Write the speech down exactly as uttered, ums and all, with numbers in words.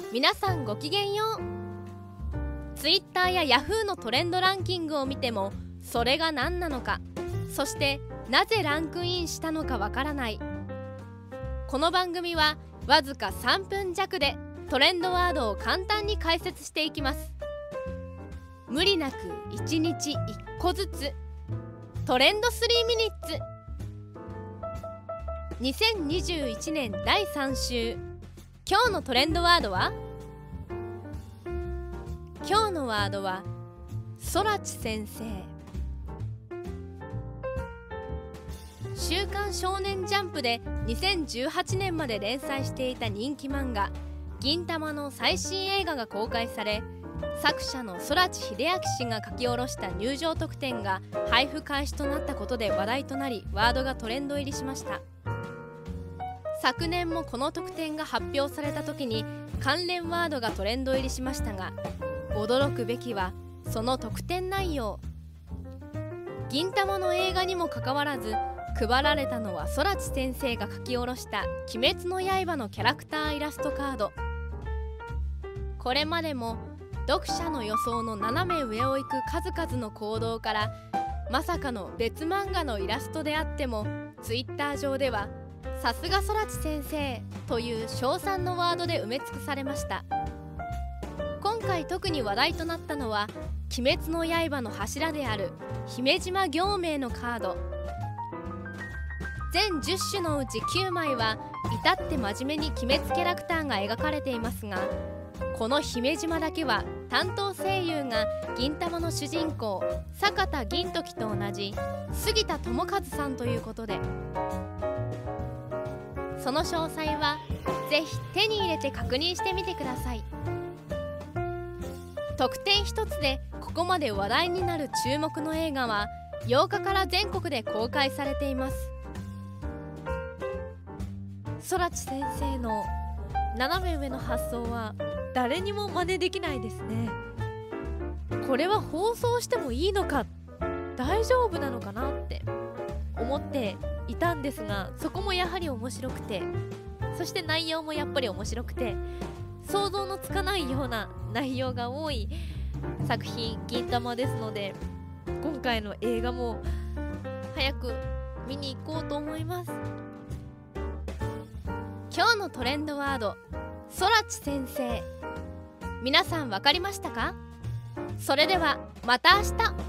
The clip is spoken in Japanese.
皆さんごきげんよう。ツイッターやヤフーのトレンドランキングを見てもそれが何なのか、そしてなぜランクインしたのかわからない。この番組はわずかさんぷん弱でトレンドワードを簡単に解説していきます。無理なくいちにちいっこずつトレンドスリーミニッツ。にせんにじゅういちねんだいさん週、今日のトレンドワードは今日のワードはそらち先生。週刊少年ジャンプでにせんじゅうはちねんまで連載していた人気漫画銀魂の最新映画が公開され、作者の空知秀明氏が書き下ろした入場特典が配布開始となったことで話題となり、ワードがトレンド入りしました。昨年もこの特典が発表された時に関連ワードがトレンド入りしましたが、驚くべきはその特典内容。銀魂の映画にもかかわらず配られたのは空知先生が書き下ろした鬼滅の刃のキャラクターイラストカード。これまでも読者の予想の斜め上を行く数々の行動から、まさかの別漫画のイラストであってもツイッター上ではさすが空知先生という称賛のワードで埋め尽くされました。今回特に話題となったのは鬼滅の刃の柱である姫島行明のカード。全じゅっ種のうちきゅうまいは至って真面目に鬼滅キャラクターが描かれていますが、この姫島だけは担当声優が銀魂の主人公坂田銀時と同じ杉田智和さんということで、その詳細はぜひ手に入れて確認してみてください。特典一つでここまで話題になる注目の映画はようかから全国で公開されています。空知先生の斜め上の発想は誰にも真似できないですね。これは放送してもいいのか、大丈夫なのかなって思っていたんですが、そこもやはり面白くて、そして内容もやっぱり面白くて、想像のつかないような内容が多い作品銀魂ですので、今回の映画も早く見に行こうと思います。今日のトレンドワード、空知先生。皆さん分かりましたか？それではまた明日。